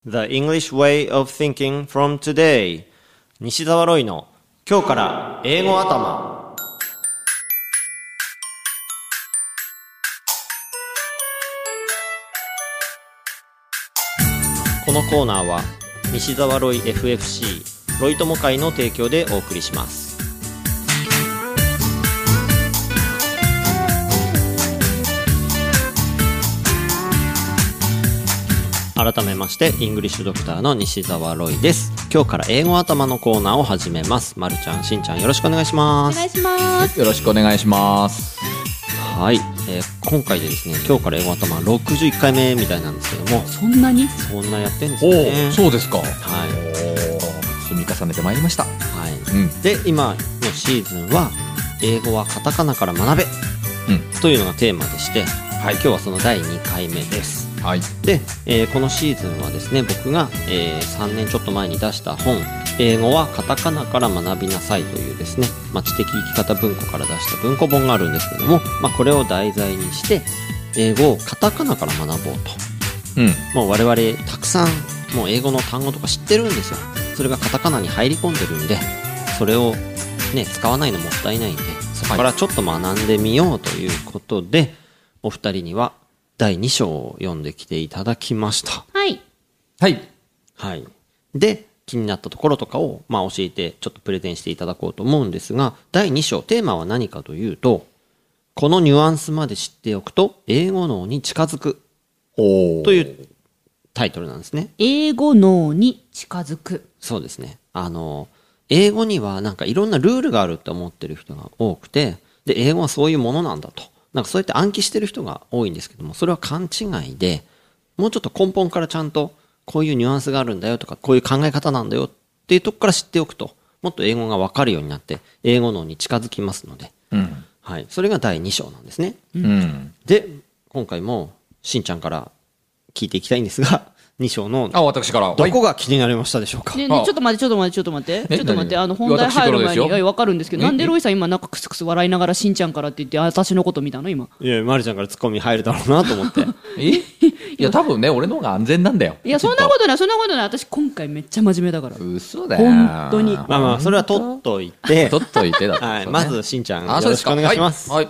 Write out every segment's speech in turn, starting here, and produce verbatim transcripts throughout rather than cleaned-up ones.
The English Way of Thinking from Today 西澤ロイの今日から英語頭。このコーナーは西澤ロイ エフエフシー ロイ友会の提供でお送りします。改めましてイングリッシュドクターの西澤ロイです。今日から英語頭のコーナーを始めます。まるちゃん、しんちゃん、よろしくお願いします。 お願いします。 よろしくお願いします。 はい、えー、今回でですね、今日から英語頭ろくじゅういっかいめみたいなんですけども、 そんなにそんなやってんですよね。 おそうですか。 はい、 積み重ねてまいりました。 はい、 うん、 で今のシーズンは英語はカタカナから学べ、うん、というのがテーマでして、はい、今日はそのだいにかいめです。はい、で、えー、このシーズンはですね、僕が、えー、さんねんちょっと前に出した本、英語はカタカナから学びなさいというですね、まあ、知的生き方文庫から出した文庫本があるんですけども、まあ、これを題材にして英語をカタカナから学ぼうと、うん、もう我々たくさんもう英語の単語とか知ってるんですよ。それがカタカナに入り込んでるんで、それを、ね、使わないのもったいないんで、そこからちょっと学んでみようということで、はい、お二人にはだいに章を読んできていただきました。 はい。 はい。 はい。で、気になったところとかを、まあ、教えて、ちょっとプレゼンしていただこうと思うんですが、だいに章、テーマは何かというと、このニュアンスまで知っておくと、英語脳に近づく。というタイトルなんですね。 英語脳に近づく。 そうですね。あの、英語にはなんかいろんなルールがあるって思ってる人が多くて、で、英語はそういうものなんだと。なんかそうやって暗記してる人が多いんですけども、それは勘違いで、もうちょっと根本からちゃんとこういうニュアンスがあるんだよとか、こういう考え方なんだよっていうとこから知っておくと、もっと英語がわかるようになって、英語脳に近づきますので、うん、はい。それがだいに章なんですね。うん、で、今回もしんちゃんから聞いていきたいんですが、に章のあ、私からどこが気になりましたでしょうか。 ねえねえ、ちょっと待ってちょっと待ってちょっと待ってちょっと待って、あの本題入る前に分かるんですけど、なんでロイさん今なんかクスクス笑いながらしんちゃんからって言って私のこと見たの今。 いや、まるちゃんからツッコミ入るだろうなと思って。 えいや多分ね、俺の方が安全なんだよ。 いや、そんなことないそんなことない。私今回めっちゃ真面目だから。 嘘だよ。 本当に。 まあまあそれは取っといて取っといてだ、 はい、まずしんちゃんよろしくお願いします。 はい、はい。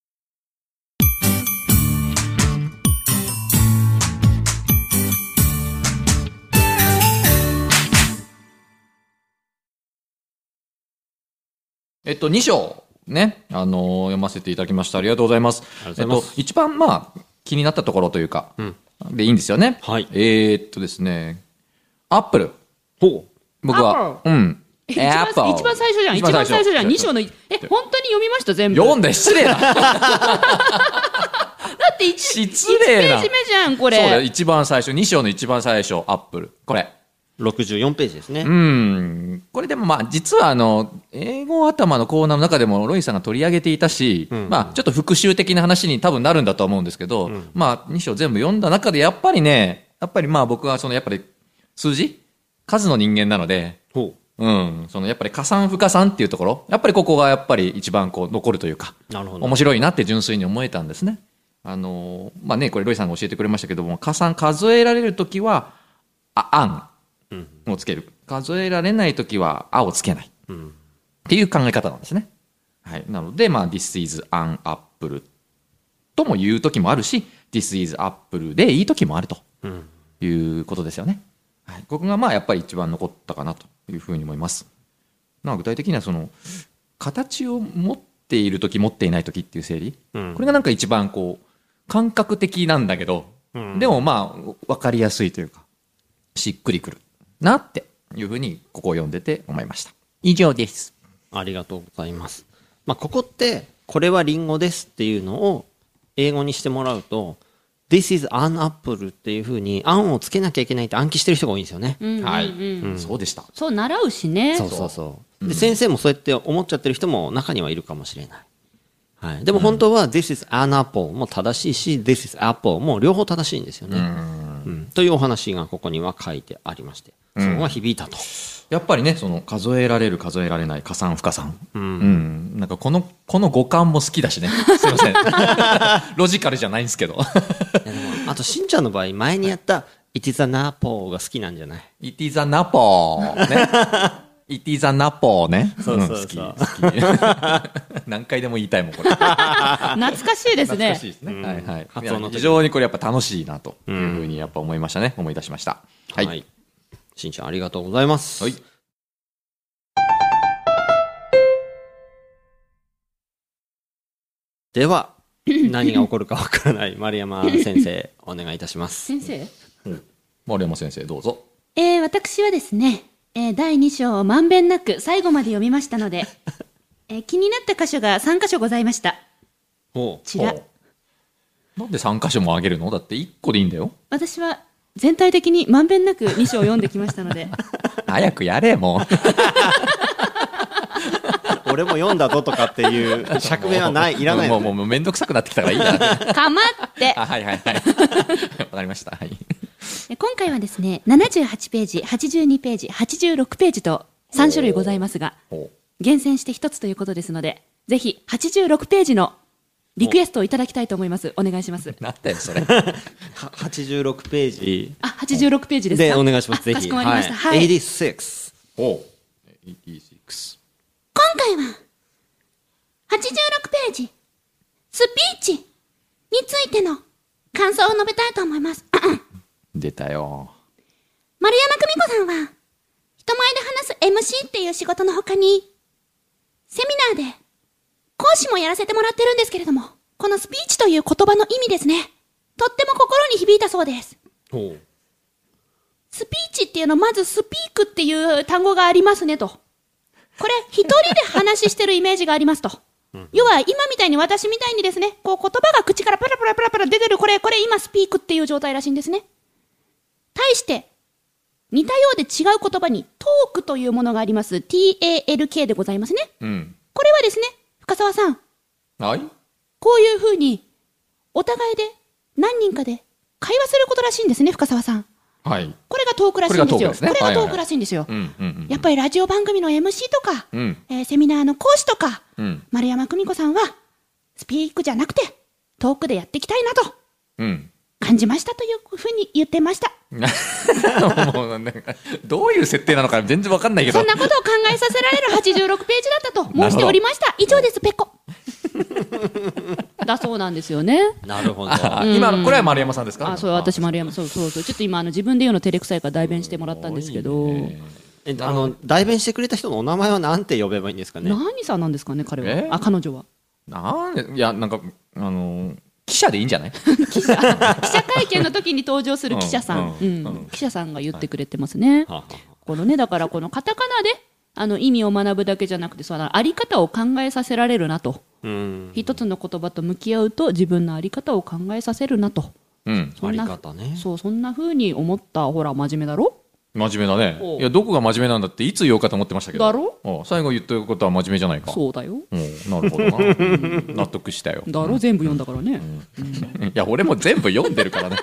えっと、に章ね、あのー、読ませていただきました。ありがとうございます。 ありがとうございます。 えっと、一番まあ、気になったところというか、うん、でいいんですよね。 はい。 えー、っとですね、アップル。 ほう。 僕は、うん。 一番、一番最初じゃん。一番最初じゃん。に章の、え、本当に読みました全部。 読んで失礼な。 だっていち、 失礼な。 いちページ目じゃん、これ。 そうだよ、一番最初。に章の一番最初、アップル。これ。 ろくじゅうよんページですね。 うん。これでもまあ、実はあの、英語頭のコーナーの中でもロイさんが取り上げていたし、うん、まあ、ちょっと復習的な話に多分なるんだと思うんですけど、うん、まあ、に章全部読んだ中でやっぱりね、やっぱりまあ僕はそのやっぱり数字数の人間なので、ほう。うん。そのやっぱり加算不加算っていうところ、やっぱりここがやっぱり一番こう残るというか、なるほど。面白いなって純粋に思えたんですね。あの、まあね、これロイさんが教えてくれましたけども、加算数えられるときは、あ、あん。をつける。数えられないときは、あをつけない。うん、っていう考え方なんですね。はい。なので、まあ、this is an apple とも言うときもあるし、this is apple でいいときもあるということですよね。はい。ここがまあ、やっぱり一番残ったかなというふうに思います。まあ、具体的にはその、形を持っているとき、持っていないときっていう整理。うん、これがなんか一番こう、感覚的なんだけど、うん、でもまあ、わかりやすいというか、しっくりくる。なっていうふうにここを読んでて思いました。以上です。 ありがとうございます。まあ、ここってこれはリンゴですっていうのを英語にしてもらうと This is an apple っていうふうに案をつけなきゃいけないって暗記してる人が多いんですよね。 うんうんうん、はい、 うん、そうでした。 そう習うしね。 そうそうそう。で、うん、先生もそうやって思っちゃってる人も中にはいるかもしれない。はい。でも本当は This is an apple も正しいし This is apple も両方正しいんですよね。うん、うん、というお話がここには書いてありまして。そこが響いたと、うん、 やっぱりね、その数えられる数えられない加算不加算、うん、うん、なんかこのこの五感も好きだしね。すいません。ロジカルじゃないんですけど。 いやでもあとしんちゃんの場合前にやった It is a napo が好きなんじゃない？ It is a napo ね。It is a napo ね。 そうそうそう。 うん、好き好き何回でも言いたいもんこれ。 懐かしいですね。 懐かしいですね。うん、はいはい。発音の非常にこれやっぱ楽しいなというふうにやっぱ思いましたね。思い出しました。はい。はい、 しんちゃんありがとうございます。はい。では何が起こるかわからない丸山先生お願いいたします。 先生、 うん、丸山先生どうぞ。 えー、私はですね、えー、だいに章をまんべんなく最後まで読みましたので、えー、気になった箇所がさん箇所ございました。こちら。 なんでさん箇所もあげるの？だっていっこでいいんだよ。 私は全体的にまんべんなくに章を読んできましたので早くやれもう俺も読んだぞとかっていう釈明はない、いらない、 ね、もうもうもうめんどくさくなってきたからいいなかまってあ、はいはいはいわかりました、はい、 今回はですねななじゅうはちページ、はちじゅうにページ、はちじゅうろくページとさん種類ございますが、厳選してひとつということですので、ぜひはちじゅうろくページのリクエストをいただきたいと思います。お願いします。 なんだよそれはちじゅうろくページ、 あ、はちじゅうろくページですか。 でお願いします。ぜひ。 かしこまりました。はい。 はちじゅうろく。 お、はちじゅうろく。 今回ははちじゅうろくページスピーチについての感想を述べたいと思います出たよ。 丸山久美子さんは人前で話す エムシー っていう仕事の他にセミナーで講師もやらせてもらってるんですけれども、このスピーチという言葉の意味ですね、とっても心に響いたそうです。 ほう。 スピーチっていうの、まずスピークっていう単語がありますねと。これ一人で話してるイメージがありますと。要は今みたいに私みたいにですね、こう言葉が口からパラパラパラパラ出てる、これこれ今スピークっていう状態らしいんですね。対して似たようで違う言葉にトークというものがあります。 ティーエーエルケー でございますね、うん、これはですね、深澤さん、 はい、 こういう風にお互いで何人かで会話することらしいんですね、深澤さん。 はい。 これがトークらしいんですよ。これがトークらしいんですよ。やっぱりラジオ番組の エムシー とか、うんえー、セミナーの講師とか、うん、丸山久美子さんはスピークじゃなくてトークでやっていきたいなと感じましたというふうに言ってました。 もうなんかどういう設定なのか全然わかんないけど、 そんなことを考えさせられるはちじゅうろくページだったと申しておりました。以上です。ペコだそうなんですよね。 なるほど。 今これは丸山さんですか。 あ、そう、私丸山、そうそうそう。ちょっと今あの自分で言うの照れくさいから代弁してもらったんですけど、 えあの代弁してくれた人のお名前はなんて呼べばいいんですかね。 何さんなんですかね、彼は。あ、彼女は。 なんで、いやなんかあの記者でいいんじゃない。 記者記者会見の時に登場する記者さん、うんうんうん、記者さんが言ってくれてますね。はい、このね、だからこのカタカナであの意味を学ぶだけじゃなくて、そのあり方を考えさせられるなと。うん一つの言葉と向き合うと自分のあり方を考えさせるなと、 うん、そんなあり方ね。 そう、そんな風に思った。ほら真面目だろ。 真面目だね。いやどこが真面目なんだっていつ言おうかと思ってましたけど。 だろ。 お最後言ってることは真面目じゃないか。 そうだよ。 なるほどな、うん、納得したよ。 だろ、うん、全部読んだからね、 うんうん、いや俺も全部読んでるからね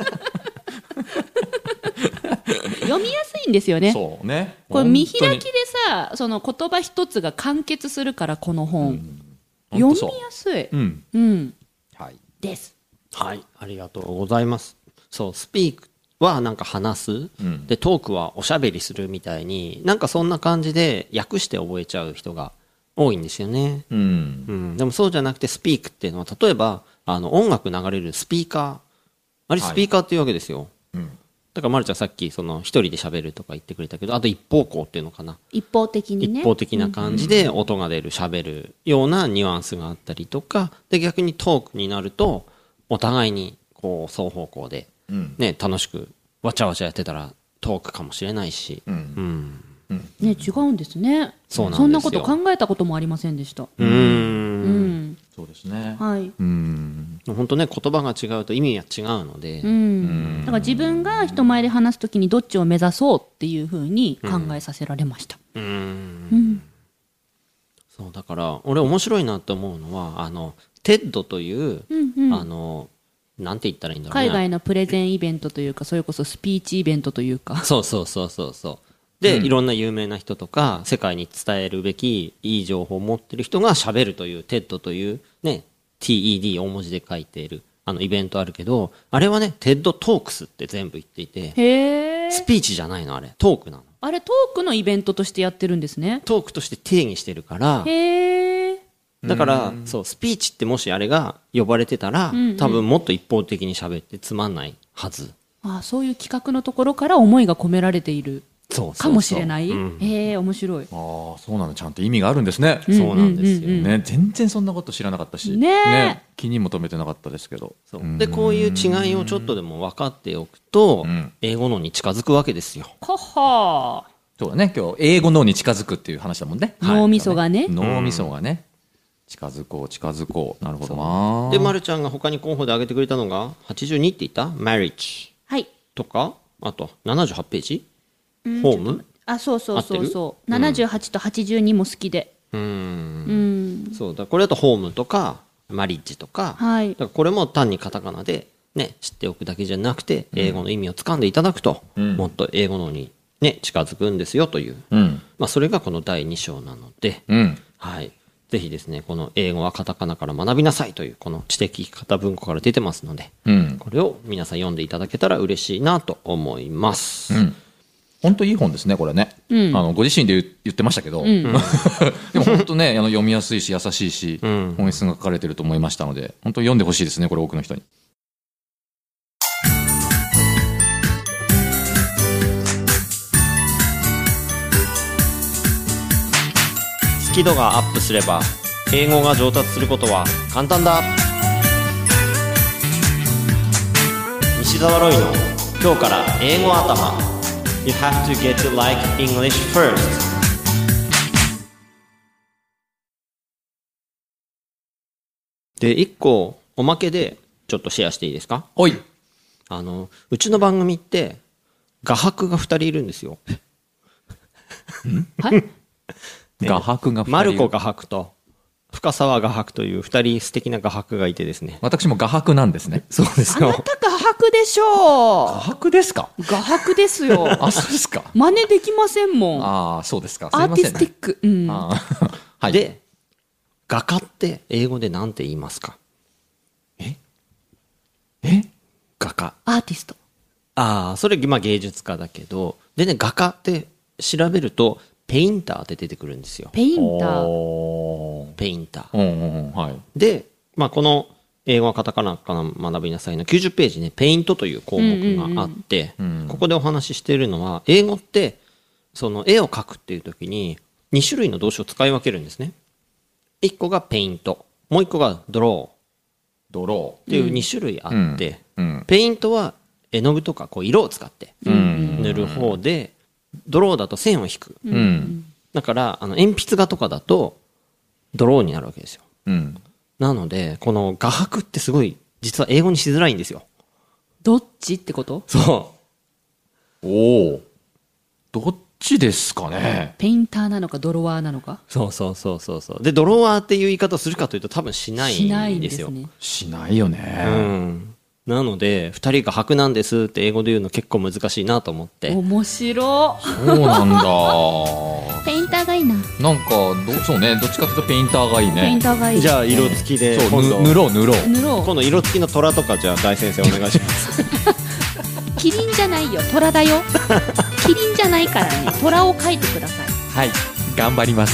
読みやすいんですよね。 そうね。 これ見開きでさ、その言葉一つが完結するからこの本、うん読みやすい、うんうん、はい、です。 はい、ありがとうございます。そう、スピークはなんか話す、うん、でトークはおしゃべりするみたいに、なんかそんな感じで訳して覚えちゃう人が多いんですよね、うんうん、でもそうじゃなくてスピークっていうのは、例えばあの音楽流れるスピーカー、あれスピーカーっていうわけですよ、はいうんだからまるちゃんさっきその一人で喋るとか言ってくれたけど、あと一方向っていうのかな、 一方的にね、 一方的な感じで音が出る、喋るようなニュアンスがあったりとかで、逆にトークになるとお互いにこう双方向でね、楽しくわちゃわちゃやってたらトークかもしれないし、うんうんね、違うんですね。 そうなんですよ。 そんなこと考えたこともありませんでした。 うんうんそうですね。 はい。 うん。本当ね、言葉が違うと意味は違うので。 うん。だから自分が人前で話すときにどっちを目指そうっていうふうに考えさせられました。うん。うん。 そうだから俺面白いなと思うのは、あのテッドという、うんうん、あのなんて言ったらいいんだろうね。 海外のプレゼンイベントというか、それこそスピーチイベントというか。 そうそうそうそうそう。で、うん、いろんな有名な人とか世界に伝えるべきいい情報を持ってる人が喋るという テッド というね ティーイーディー 大文字で書いているああのイベントあるけど、あれはねテッドトークスって全部言っていて、 へー、 スピーチじゃないの、あれトークなの。 あれトークのイベントとしてやってるんですね。 トークとして定義してるから、 へー、 だからそうスピーチってもしあれが呼ばれてたら、うんうん、多分もっと一方的に喋ってつまんないはず。 ああ、そういう企画のところから思いが込められているかもしれない。 そうそうそう、うん、 へえ、面白い。 ああ、そうなの、ちゃんと意味があるんですね。 うん、そうなんですよ、 うんうんうん、 ね、全然そんなこと知らなかったし、 ねね、気にも留めてなかったですけど。 そうで、こういう違いをちょっとでも分かっておくと、うん、英語脳に近づくわけですよ。 ははー。 そうだね、今日英語脳に近づくっていう話だもんね。 脳みそがね、 脳みそがね、近づこう近づこう。なるほどな。 で、まるちゃんが他に候補で挙げてくれたのがはちじゅうにって言った Marriage、 はい、 とか、あとななじゅうはちページ、ホーム、 あ、そうそうそうそう、ななじゅうはちとはちじゅうにも好きで、 うん、 うん、 そうだ、これだとホームとかマリッジとか、 はい、 だからこれも単にカタカナでね知っておくだけじゃなくて、英語の意味をつかんでいただくと、うん、もっと英語のにね近づくんですよという、うん、まあそれがこのだいに章なので、うん、はい。ぜひですね、この英語はカタカナから学びなさいというこの知的生き方文庫から出てますので、うん、これを皆さん読んでいただけたら嬉しいなと思います。うん、 本当いい本ですね、これね。うん、あのご自身で言ってましたけど、うん、でも本当ね、あの読みやすいし優しいし、うん、本質が書かれてると思いましたので、本当読んでほしいですね、これ多くの人に。 スキルがアップすれば英語が上達することは簡単だ。西澤ロイの今日から英語頭。 You have to get to like English first。 でいっこおまけでちょっとシェアしていいですか。 はい。 あのうちの番組って画伯がふたりいるんですよ。 はい。 画伯がふたり。 マルコ画伯と深沢画伯というふたり素敵な画伯がいてですね。 私も画伯なんですね。 そうですよ。 あなた画伯でしょう。 画伯ですか。 画伯ですよ。 あ、そうですか。 真似できませんもん。 ああ、そうですか。すいませんね。 アーティスティック。うん。 あはい。 で、画家って英語で何て言いますか。 ええ画家。 アーティスト。 ああ、それ、まあ、芸術家だけど、でね、画家って調べるとペインターって出てくるんですよ。 ペインター。 ペインター。 うんうん、はい。 で、まあ、この英語はカタカナから学びなさいのきゅうじゅっページね、ペイントという項目があって、うんうんうん、ここでお話ししているのは、英語ってその絵を描くっていう時にに種類の動詞を使い分けるんですね。いっこがペイント、もういっこがドロー、 ドローっていうに種類あって、うんうん、ペイントは絵の具とかこう色を使って塗る方で、ドローだと線を引く、うん、だからあの鉛筆画とかだとドローになるわけですよ、うん、なのでこの画伯ってすごい実は英語にしづらいんですよ。 どっちってこと？ そう。 おお、どっちですかね。 ペインターなのかドロワーなのか。 そうそうそうそうそう。でドロワーっていう言い方をするかというと多分しないんですよ。しないんですね。 しないよね、 うん、なのでふたり画伯なんですって英語で言うの結構難しいなと思って。 面白。 そうなんだ。 ペインターがいいな。 なんかどそうね、どっちかというとペインターがいいね。 ペインターがいい。 じゃあ色付きでそう塗ろう塗ろう塗ろう。 今度色付きの虎とかじゃあ大先生お願いしますキリンじゃないよ、虎だよ。キリンじゃないからね、虎を描いてください。 はい、頑張ります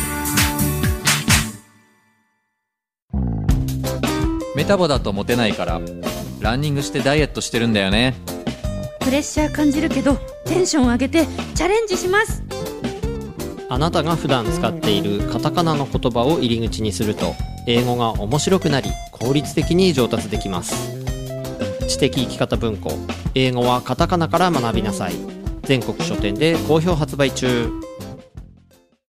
メタボだとモテないからランニングしてダイエットしてるんだよね。 プレッシャー感じるけどテンション上げてチャレンジします。 あなたが普段使っているカタカナの言葉を入り口にすると英語が面白くなり効率的に上達できます。知的生き方文庫、英語はカタカナから学びなさい。全国書店で好評発売中。